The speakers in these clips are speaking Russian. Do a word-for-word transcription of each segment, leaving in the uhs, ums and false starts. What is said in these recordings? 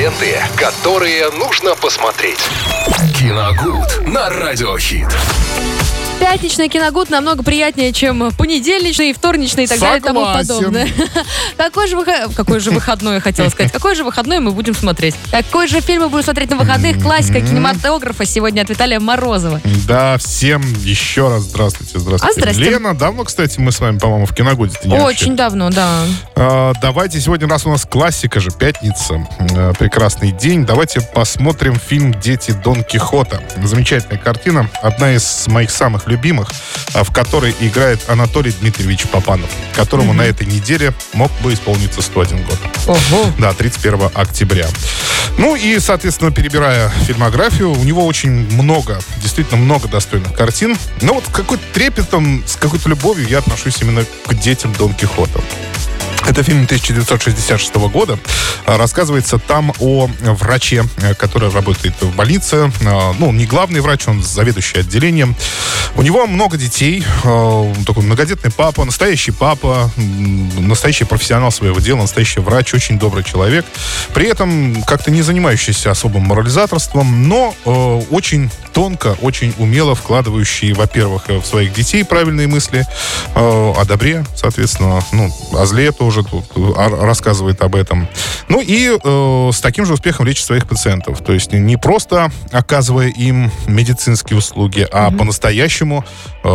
Ленты, которые нужно посмотреть. Киногуд на Радиохит. Пятничный киногуд намного приятнее, чем понедельничный, вторничный и так далее и тому подобное. Какой же, выход... Какой же выходной, я хотела сказать. Какой же выходной мы будем смотреть? Какой же фильм мы будем смотреть на выходных? Классика кинематографа сегодня от Виталия Морозова. Да, всем еще раз здравствуйте. Здравствуйте. А, здрасте. Лена, давно, кстати, мы с вами, по-моему, в киногуде-то не Очень общались. давно, да. А, давайте сегодня, раз у нас классика же, пятница, а, прекрасный день, давайте посмотрим фильм «Дети Дон Кихота». Замечательная картина, одна из моих самых любимых, в которой играет Анатолий Дмитриевич Папанов, которому mm-hmm. на этой неделе мог бы исполниться сто один год. Ого. Да, тридцать первого октября. Ну и, соответственно, перебирая фильмографию, у него очень много, действительно много достойных картин. Но вот с какой-то трепетом, с какой-то любовью я отношусь именно к «Детям Дон Кихота». Это фильм тысяча девятьсот шестьдесят шестого года. Рассказывается там о враче, который работает в больнице. Ну, он не главный врач, он заведующий отделением. У него много детей. Такой многодетный папа, настоящий папа, настоящий профессионал своего дела, настоящий врач, очень добрый человек. При этом как-то не занимающийся особым морализаторством, но очень тонко, очень умело вкладывающий, во-первых, в своих детей правильные мысли о добре, соответственно, ну, о зле тоже тут рассказывает об этом. Ну и э, с таким же успехом лечит своих пациентов. То есть не просто оказывая им медицинские услуги, а mm-hmm. по-настоящему, э,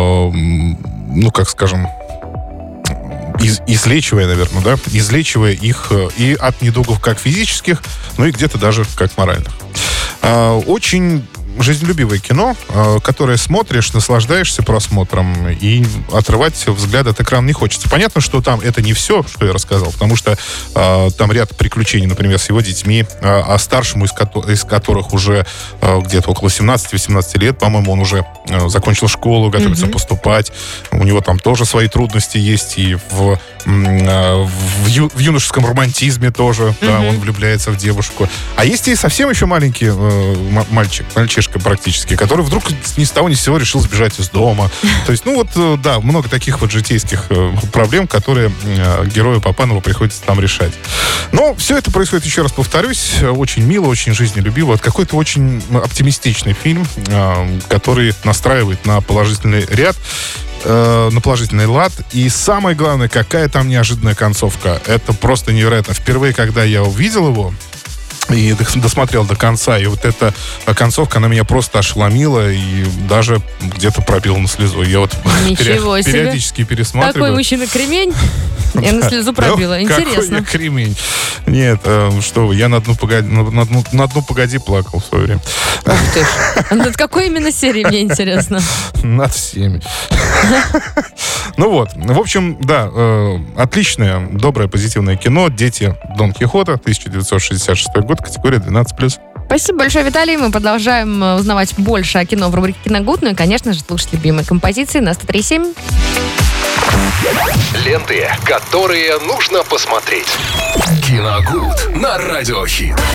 ну, как скажем, из, излечивая, наверное, да, излечивая их и от недугов как физических, ну и где-то даже как моральных. Э, очень жизнелюбивое кино, которое смотришь, наслаждаешься просмотром, и отрывать взгляд от экрана не хочется. Понятно, что там это не все, что я рассказал, потому что э, там ряд приключений, например, с его детьми, э, а старшему из, ко- из которых уже э, где-то около семнадцати-восемнадцати лет, по-моему, он уже э, закончил школу, готовится mm-hmm. поступать. У него там тоже свои трудности есть, и в, э, в, ю- в юношеском романтизме тоже, mm-hmm. да, он влюбляется в девушку. А есть и совсем еще маленький э, мальчик, мальчишка практически, который вдруг ни с того ни с сего решил сбежать из дома. То есть, ну вот, да, много таких вот житейских проблем, которые герою Папанова приходится там решать. Но все это происходит, еще раз повторюсь, очень мило, очень жизнелюбиво. Это какой-то очень оптимистичный фильм, который настраивает на положительный ряд, на положительный лад. И самое главное, какая там неожиданная концовка. Это просто невероятно. Впервые, когда я увидел его и досмотрел до конца, и вот эта концовка, она меня просто ошеломила и даже где-то пробила на слезу. Я вот Ничего себе. Периодически пересматриваю. Такой мужчина-кремень, я на слезу пробила. Интересно. Какой я кремень. Нет, что вы, я на дну погоди, на дну, на дну погоди плакал в свое время. Ух ты ж. А над какой именно серией, мне интересно? Над всеми. Ну вот, в общем, да, отличное, доброе, позитивное кино «Дети Дон Кихота», тысяча девятьсот шестьдесят шестой год, категория двенадцать плюс. Спасибо большое, Виталий. Мы продолжаем узнавать больше о кино в рубрике «Киногуд». Ну и, конечно же, слушать любимые композиции на сто три семь. Ленты, которые нужно посмотреть. Киногуд на Радиохит.